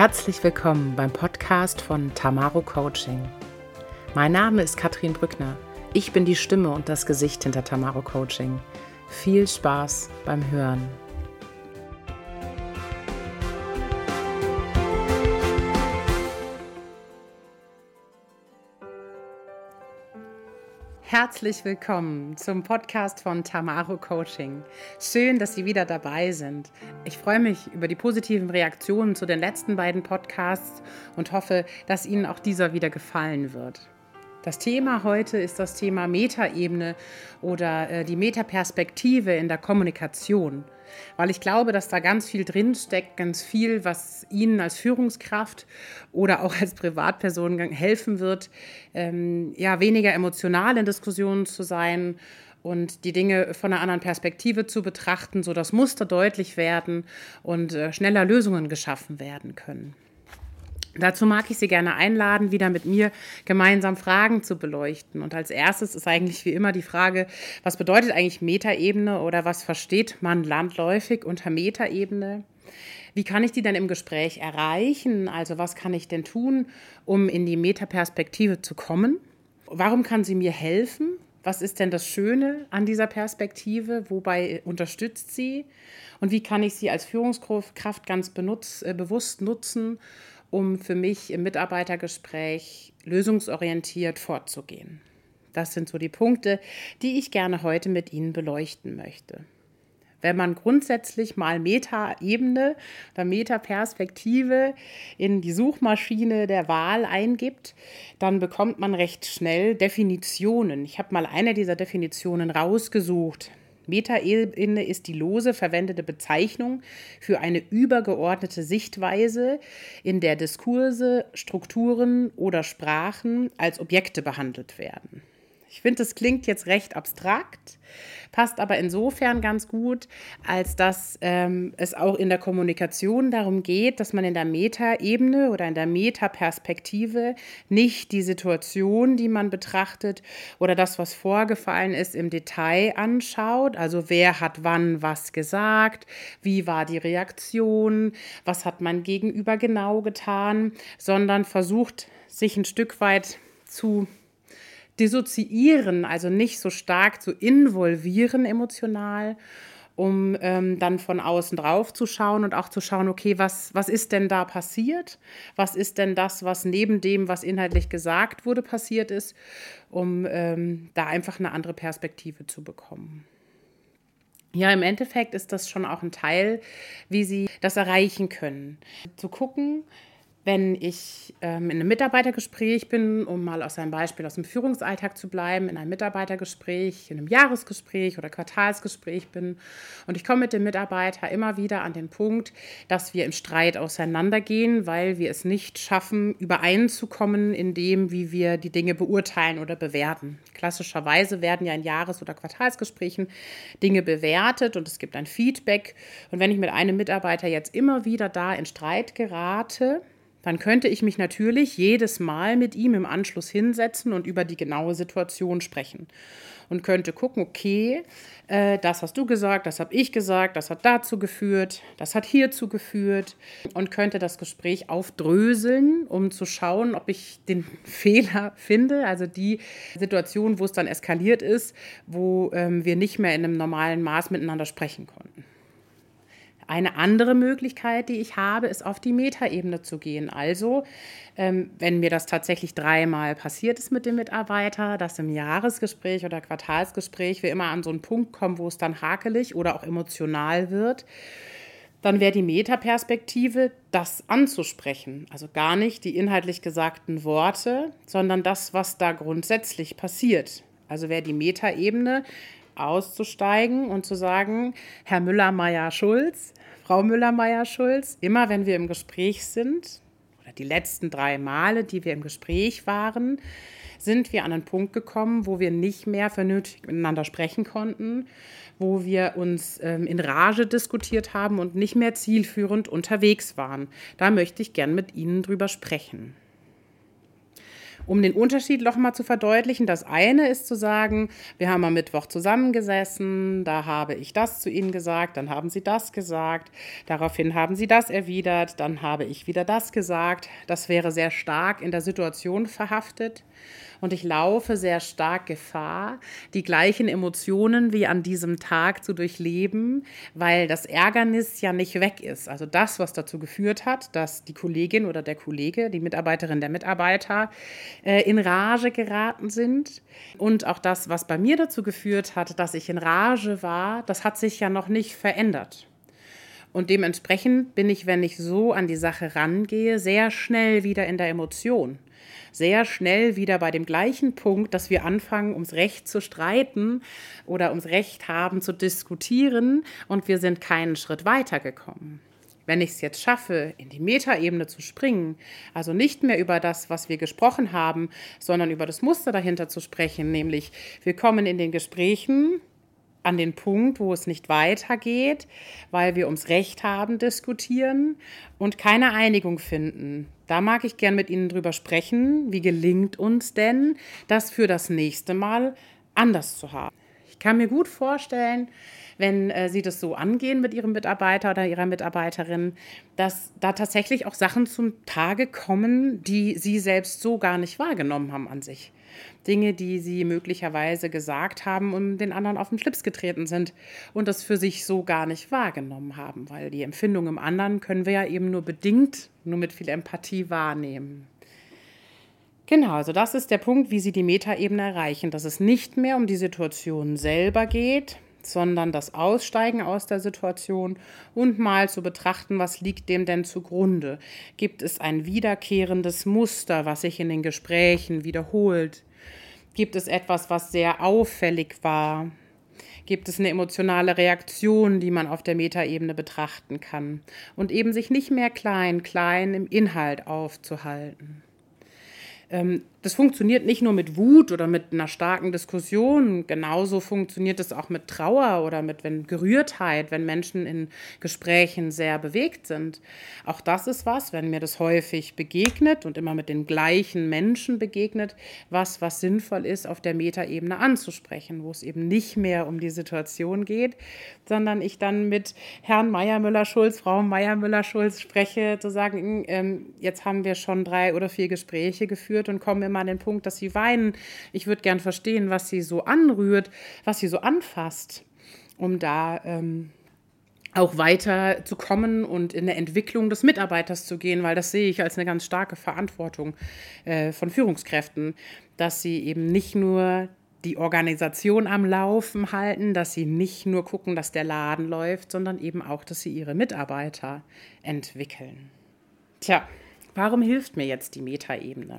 Herzlich willkommen beim Podcast von Tamaro Coaching. Mein Name ist Katrin Brückner. Ich bin die Stimme und das Gesicht hinter Tamaro Coaching. Viel Spaß beim Hören. Herzlich willkommen zum Podcast von Tamaro Coaching. Schön, dass Sie wieder dabei sind. Ich freue mich über die positiven Reaktionen zu den letzten beiden Podcasts und hoffe, dass Ihnen auch dieser wieder gefallen wird. Das Thema heute ist das Thema Metaebene oder die Metaperspektive in der Kommunikation, weil ich glaube, dass da ganz viel drinsteckt, ganz viel, was Ihnen als Führungskraft oder auch als Privatperson helfen wird, weniger emotional in Diskussionen zu sein und die Dinge von einer anderen Perspektive zu betrachten, sodass Muster deutlich werden und schneller Lösungen geschaffen werden können. Dazu mag ich Sie gerne einladen, wieder mit mir gemeinsam Fragen zu beleuchten. Und als erstes ist eigentlich wie immer die Frage, was bedeutet eigentlich Metaebene oder was versteht man landläufig unter Metaebene? Wie kann ich die denn im Gespräch erreichen? Also was kann ich denn tun, um in die Metaperspektive zu kommen? Warum kann sie mir helfen? Was ist denn das Schöne an dieser Perspektive? Wobei unterstützt sie? Und wie kann ich sie als Führungskraft ganz bewusst nutzen, um für mich im Mitarbeitergespräch lösungsorientiert vorzugehen? Das sind so die Punkte, die ich gerne heute mit Ihnen beleuchten möchte. Wenn man grundsätzlich mal Metaebene oder Metaperspektive in die Suchmaschine der Wahl eingibt, dann bekommt man recht schnell Definitionen. Ich habe mal eine dieser Definitionen rausgesucht. Metaebene ist die lose verwendete Bezeichnung für eine übergeordnete Sichtweise, in der Diskurse, Strukturen oder Sprachen als Objekte behandelt werden. Ich finde, das klingt jetzt recht abstrakt, passt aber insofern ganz gut, als dass es auch in der Kommunikation darum geht, dass man in der Metaebene oder in der Metaperspektive nicht die Situation, die man betrachtet oder das, was vorgefallen ist, im Detail anschaut. Also wer hat wann was gesagt, wie war die Reaktion, was hat mein Gegenüber genau getan, sondern versucht, sich ein Stück weit zu dissoziieren, also nicht so stark zu involvieren emotional, um dann von außen drauf zu schauen und auch zu schauen, okay, was ist denn da passiert? Was ist denn das, was neben dem, was inhaltlich gesagt wurde, passiert ist, um da einfach eine andere Perspektive zu bekommen? Ja, im Endeffekt ist das schon auch ein Teil, wie Sie das erreichen können. Zu gucken, wenn ich in einem Mitarbeitergespräch bin, um mal aus einem Beispiel aus dem Führungsalltag zu bleiben, in einem Mitarbeitergespräch, in einem Jahresgespräch oder Quartalsgespräch bin und ich komme mit dem Mitarbeiter immer wieder an den Punkt, dass wir im Streit auseinandergehen, weil wir es nicht schaffen, übereinzukommen in dem, wie wir die Dinge beurteilen oder bewerten. Klassischerweise werden ja in Jahres- oder Quartalsgesprächen Dinge bewertet und es gibt ein Feedback. Und wenn ich mit einem Mitarbeiter jetzt immer wieder da in Streit gerate, dann könnte ich mich natürlich jedes Mal mit ihm im Anschluss hinsetzen und über die genaue Situation sprechen. Und könnte gucken, okay, das hast du gesagt, das habe ich gesagt, das hat dazu geführt, das hat hierzu geführt. Und könnte das Gespräch aufdröseln, um zu schauen, ob ich den Fehler finde, also die Situation, wo es dann eskaliert ist, wo wir nicht mehr in einem normalen Maß miteinander sprechen konnten. Eine andere Möglichkeit, die ich habe, ist auf die Metaebene zu gehen. Also, wenn mir das tatsächlich 3-mal passiert ist mit dem Mitarbeiter, dass im Jahresgespräch oder Quartalsgespräch wir immer an so einen Punkt kommen, wo es dann hakelig oder auch emotional wird, dann wäre die Metaperspektive, das anzusprechen. Also gar nicht die inhaltlich gesagten Worte, sondern das, was da grundsätzlich passiert. Also wäre die Metaebene, auszusteigen und zu sagen, Herr Müller-Meyer-Schulz, Frau Müller-Meyer-Schulz, immer wenn wir im Gespräch sind, oder die letzten 3 Male, die wir im Gespräch waren, sind wir an einen Punkt gekommen, wo wir nicht mehr vernünftig miteinander sprechen konnten, wo wir uns in Rage diskutiert haben und nicht mehr zielführend unterwegs waren. Da möchte ich gern mit Ihnen drüber sprechen. Um den Unterschied noch mal zu verdeutlichen, das eine ist zu sagen, wir haben am Mittwoch zusammengesessen, da habe ich das zu Ihnen gesagt, dann haben Sie das gesagt, daraufhin haben Sie das erwidert, dann habe ich wieder das gesagt. Das wäre sehr stark in der Situation verhaftet. Und ich laufe sehr stark Gefahr, die gleichen Emotionen wie an diesem Tag zu durchleben, weil das Ärgernis ja nicht weg ist. Also das, was dazu geführt hat, dass die Kollegin oder der Kollege, die Mitarbeiterin, der Mitarbeiter in Rage geraten sind. Und auch das, was bei mir dazu geführt hat, dass ich in Rage war, das hat sich ja noch nicht verändert. Und dementsprechend bin ich, wenn ich so an die Sache rangehe, sehr schnell wieder in der Emotion. Sehr schnell wieder bei dem gleichen Punkt, dass wir anfangen, ums Recht zu streiten oder ums Recht haben zu diskutieren und wir sind keinen Schritt weitergekommen. Wenn ich es jetzt schaffe, in die Metaebene zu springen, also nicht mehr über das, was wir gesprochen haben, sondern über das Muster dahinter zu sprechen, nämlich wir kommen in den Gesprächen an den Punkt, wo es nicht weitergeht, weil wir ums Recht haben, diskutieren und keine Einigung finden. Da mag ich gern mit Ihnen drüber sprechen. Wie gelingt uns denn, das für das nächste Mal anders zu haben? Ich kann mir gut vorstellen, wenn Sie das so angehen mit Ihrem Mitarbeiter oder Ihrer Mitarbeiterin, dass da tatsächlich auch Sachen zum Tage kommen, die Sie selbst so gar nicht wahrgenommen haben an sich. Dinge, die Sie möglicherweise gesagt haben und den anderen auf den Schlips getreten sind und das für sich so gar nicht wahrgenommen haben, weil die Empfindung im anderen können wir ja eben nur bedingt, nur mit viel Empathie wahrnehmen. Genau, also das ist der Punkt, wie Sie die Metaebene erreichen, dass es nicht mehr um die Situation selber geht, sondern das Aussteigen aus der Situation und mal zu betrachten, was liegt dem denn zugrunde? Gibt es ein wiederkehrendes Muster, was sich in den Gesprächen wiederholt? Gibt es etwas, was sehr auffällig war? Gibt es eine emotionale Reaktion, die man auf der Metaebene betrachten kann? Und eben sich nicht mehr klein im Inhalt aufzuhalten. Das funktioniert nicht nur mit Wut oder mit einer starken Diskussion, genauso funktioniert es auch mit Trauer oder mit Gerührtheit, wenn Menschen in Gesprächen sehr bewegt sind. Auch das ist was, wenn mir das häufig begegnet und immer mit den gleichen Menschen begegnet, was sinnvoll ist, auf der Metaebene anzusprechen, wo es eben nicht mehr um die Situation geht, sondern ich dann mit Herrn Meier-Müller-Schulz, Frau Meier-Müller-Schulz spreche, zu sagen, jetzt haben wir schon 3 oder 4 Gespräche geführt und kommen immer an den Punkt, dass Sie weinen. Ich würde gern verstehen, was Sie so anrührt, was Sie so anfasst, um da auch weiter zu kommen und in der Entwicklung des Mitarbeiters zu gehen, weil das sehe ich als eine ganz starke Verantwortung von Führungskräften, dass sie eben nicht nur die Organisation am Laufen halten, dass sie nicht nur gucken, dass der Laden läuft, sondern eben auch, dass sie ihre Mitarbeiter entwickeln. Tja, warum hilft mir jetzt die Metaebene?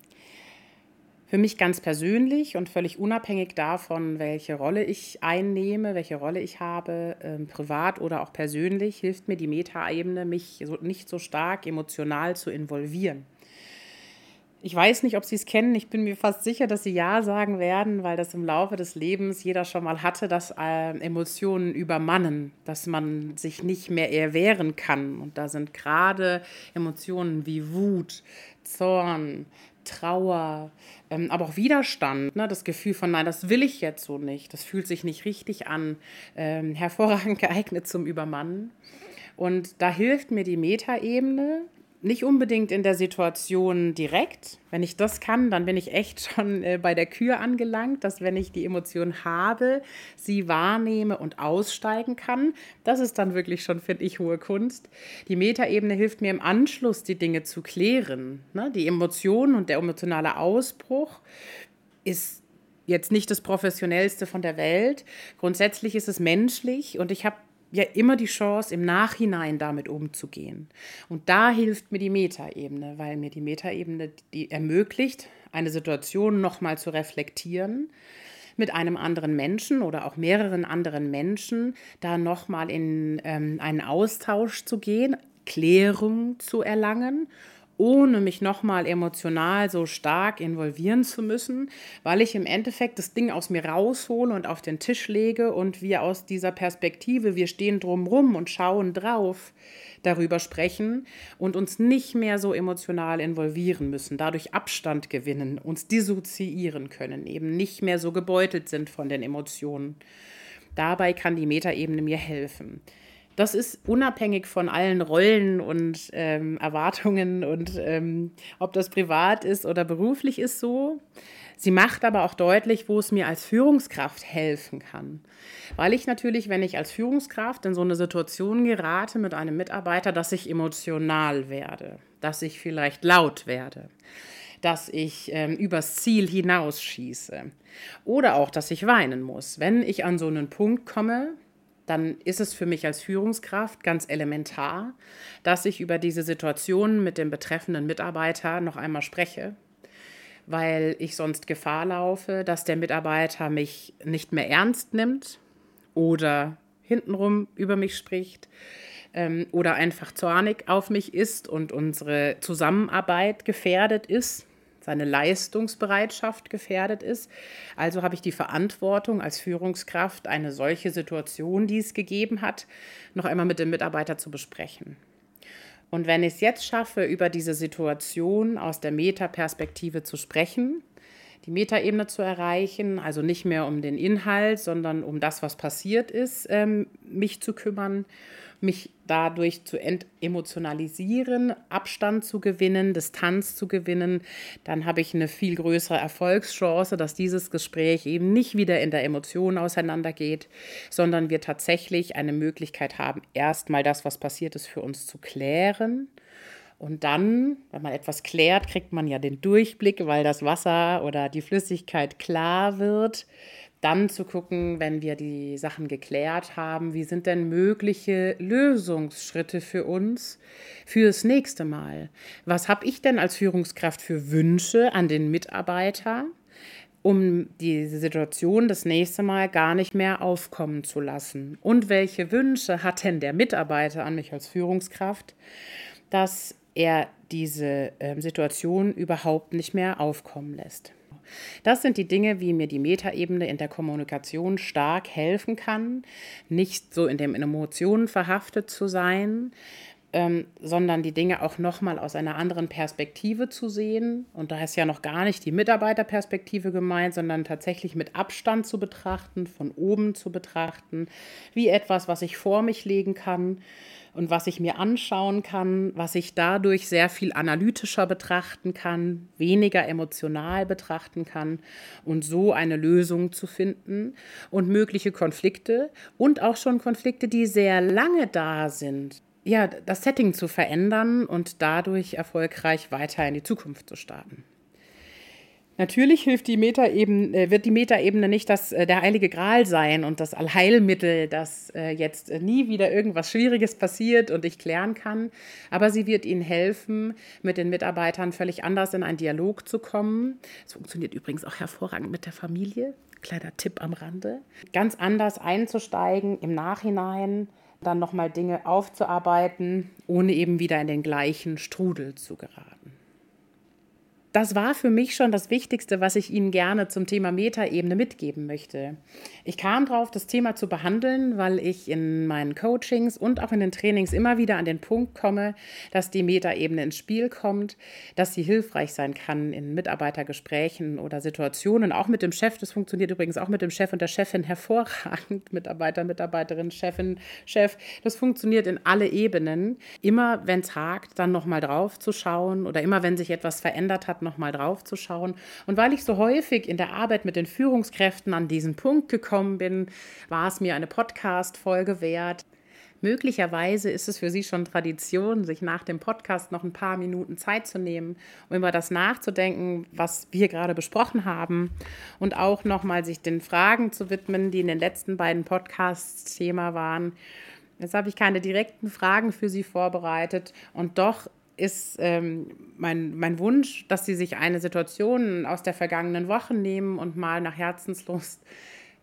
Für mich ganz persönlich und völlig unabhängig davon, welche Rolle ich einnehme, welche Rolle ich habe, privat oder auch persönlich, hilft mir die Metaebene, mich nicht so stark emotional zu involvieren. Ich weiß nicht, ob Sie es kennen. Ich bin mir fast sicher, dass Sie ja sagen werden, weil das im Laufe des Lebens jeder schon mal hatte, dass Emotionen übermannen, dass man sich nicht mehr erwehren kann. Und da sind gerade Emotionen wie Wut, Zorn, Trauer, aber auch Widerstand, ne? Das Gefühl von, nein, das will ich jetzt so nicht, das fühlt sich nicht richtig an, hervorragend geeignet zum Übermannen. Und da hilft mir die Metaebene, nicht unbedingt in der Situation direkt. Wenn ich das kann, dann bin ich echt schon bei der Kür angelangt, dass wenn ich die Emotion habe, sie wahrnehme und aussteigen kann. Das ist dann wirklich schon, finde ich, hohe Kunst. Die Metaebene hilft mir im Anschluss, die Dinge zu klären. Ne? Die Emotion und der emotionale Ausbruch ist jetzt nicht das Professionellste von der Welt. Grundsätzlich ist es menschlich und ich habe ja immer die Chance, im Nachhinein damit umzugehen. Und da hilft mir die Metaebene, weil mir die Metaebene die ermöglicht, eine Situation nochmal zu reflektieren, mit einem anderen Menschen oder auch mehreren anderen Menschen, da nochmal in einen Austausch zu gehen, Klärung zu erlangen ohne mich nochmal emotional so stark involvieren zu müssen, weil ich im Endeffekt das Ding aus mir raushole und auf den Tisch lege und wir aus dieser Perspektive, wir stehen drumrum und schauen drauf, darüber sprechen und uns nicht mehr so emotional involvieren müssen, dadurch Abstand gewinnen, uns dissoziieren können, eben nicht mehr so gebeutelt sind von den Emotionen. Dabei kann die Metaebene mir helfen. Das ist unabhängig von allen Rollen und Erwartungen und ob das privat ist oder beruflich ist so. Sie macht aber auch deutlich, wo es mir als Führungskraft helfen kann. Weil ich natürlich, wenn ich als Führungskraft in so eine Situation gerate mit einem Mitarbeiter, dass ich emotional werde, dass ich vielleicht laut werde, dass ich übers Ziel hinausschieße oder auch, dass ich weinen muss. Wenn ich an so einen Punkt komme, dann ist es für mich als Führungskraft ganz elementar, dass ich über diese Situation mit dem betreffenden Mitarbeiter noch einmal spreche, weil ich sonst Gefahr laufe, dass der Mitarbeiter mich nicht mehr ernst nimmt oder hintenrum über mich spricht oder einfach zornig auf mich ist und unsere Zusammenarbeit gefährdet ist, seine Leistungsbereitschaft gefährdet ist. Also habe ich die Verantwortung als Führungskraft, eine solche Situation, die es gegeben hat, noch einmal mit dem Mitarbeiter zu besprechen. Und wenn ich es jetzt schaffe, über diese Situation aus der Metaperspektive zu sprechen, die Metaebene zu erreichen, also nicht mehr um den Inhalt, sondern um das, was passiert ist, mich zu kümmern, mich dadurch zu entemotionalisieren, Abstand zu gewinnen, Distanz zu gewinnen, dann habe ich eine viel größere Erfolgschance, dass dieses Gespräch eben nicht wieder in der Emotion auseinandergeht, sondern wir tatsächlich eine Möglichkeit haben, erstmal das, was passiert ist, für uns zu klären. Und dann, wenn man etwas klärt, kriegt man ja den Durchblick, weil das Wasser oder die Flüssigkeit klar wird. Dann zu gucken, wenn wir die Sachen geklärt haben, wie sind denn mögliche Lösungsschritte für uns fürs nächste Mal? Was habe ich denn als Führungskraft für Wünsche an den Mitarbeiter, um diese Situation das nächste Mal gar nicht mehr aufkommen zu lassen? Und welche Wünsche hat denn der Mitarbeiter an mich als Führungskraft, dass er diese Situation überhaupt nicht mehr aufkommen lässt? Das sind die Dinge, wie mir die Metaebene in der Kommunikation stark helfen kann, nicht so in den Emotionen verhaftet zu sein, sondern die Dinge auch nochmal aus einer anderen Perspektive zu sehen. Und da ist ja noch gar nicht die Mitarbeiterperspektive gemeint, sondern tatsächlich mit Abstand zu betrachten, von oben zu betrachten, wie etwas, was ich vor mich legen kann und was ich mir anschauen kann, was ich dadurch sehr viel analytischer betrachten kann, weniger emotional betrachten kann und so eine Lösung zu finden und mögliche Konflikte und auch schon Konflikte, die sehr lange da sind, ja, das Setting zu verändern und dadurch erfolgreich weiter in die Zukunft zu starten. Natürlich hilft wird die Metaebene nicht der heilige Gral sein und das Allheilmittel, dass jetzt nie wieder irgendwas Schwieriges passiert und ich klären kann. Aber sie wird Ihnen helfen, mit den Mitarbeitern völlig anders in einen Dialog zu kommen. Es funktioniert übrigens auch hervorragend mit der Familie. Kleiner Tipp am Rande. Ganz anders einzusteigen im Nachhinein, dann nochmal Dinge aufzuarbeiten, ohne eben wieder in den gleichen Strudel zu geraten. Das war für mich schon das Wichtigste, was ich Ihnen gerne zum Thema Metaebene mitgeben möchte. Ich kam drauf, das Thema zu behandeln, weil ich in meinen Coachings und auch in den Trainings immer wieder an den Punkt komme, dass die Metaebene ins Spiel kommt, dass sie hilfreich sein kann in Mitarbeitergesprächen oder Situationen, auch mit dem Chef. Das funktioniert übrigens auch mit dem Chef und der Chefin hervorragend. Mitarbeiter, Mitarbeiterin, Chefin, Chef. Das funktioniert in alle Ebenen. Immer, wenn es hakt, dann nochmal drauf zu schauen oder immer, wenn sich etwas verändert hat, nochmal drauf zu schauen. Und weil ich so häufig in der Arbeit mit den Führungskräften an diesen Punkt gekommen bin, war es mir eine Podcast-Folge wert. Möglicherweise ist es für Sie schon Tradition, sich nach dem Podcast noch ein paar Minuten Zeit zu nehmen, um über das nachzudenken, was wir gerade besprochen haben und auch nochmal sich den Fragen zu widmen, die in den letzten beiden Podcasts Thema waren. Jetzt habe ich keine direkten Fragen für Sie vorbereitet und doch ist mein Wunsch, dass Sie sich eine Situation aus der vergangenen Woche nehmen und mal nach Herzenslust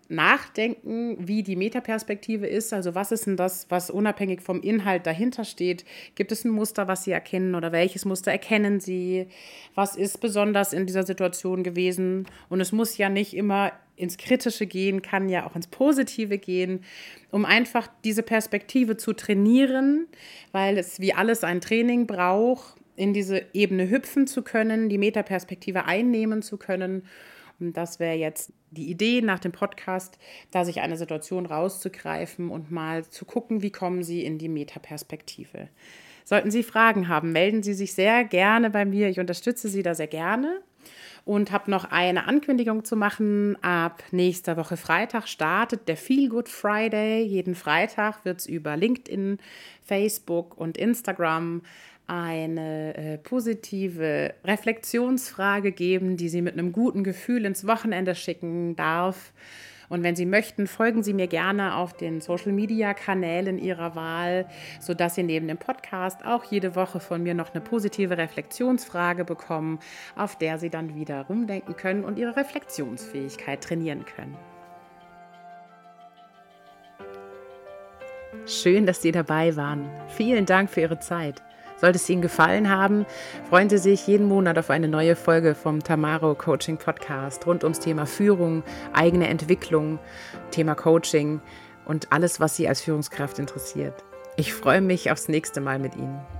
nachdenken, wie die Metaperspektive ist. Also was ist denn das, was unabhängig vom Inhalt dahinter steht? Gibt es ein Muster, was Sie erkennen oder welches Muster erkennen Sie? Was ist besonders in dieser Situation gewesen? Und es muss ja nicht immer ins Kritische gehen, kann ja auch ins Positive gehen, um einfach diese Perspektive zu trainieren, weil es wie alles ein Training braucht, in diese Ebene hüpfen zu können, die Metaperspektive einnehmen zu können. Und das wäre jetzt die Idee nach dem Podcast, da sich eine Situation rauszugreifen und mal zu gucken, wie kommen Sie in die Metaperspektive. Sollten Sie Fragen haben, melden Sie sich sehr gerne bei mir. Ich unterstütze Sie da sehr gerne. Und habe noch eine Ankündigung zu machen. Ab nächster Woche Freitag startet der Feel Good Friday. Jeden Freitag wird es über LinkedIn, Facebook und Instagram eine positive Reflexionsfrage geben, die Sie mit einem guten Gefühl ins Wochenende schicken darf. Und wenn Sie möchten, folgen Sie mir gerne auf den Social-Media-Kanälen Ihrer Wahl, sodass Sie neben dem Podcast auch jede Woche von mir noch eine positive Reflexionsfrage bekommen, auf der Sie dann wieder rumdenken können und Ihre Reflexionsfähigkeit trainieren können. Schön, dass Sie dabei waren. Vielen Dank für Ihre Zeit. Sollte es Ihnen gefallen haben, freuen Sie sich jeden Monat auf eine neue Folge vom Tamaro Coaching Podcast rund ums Thema Führung, eigene Entwicklung, Thema Coaching und alles, was Sie als Führungskraft interessiert. Ich freue mich aufs nächste Mal mit Ihnen.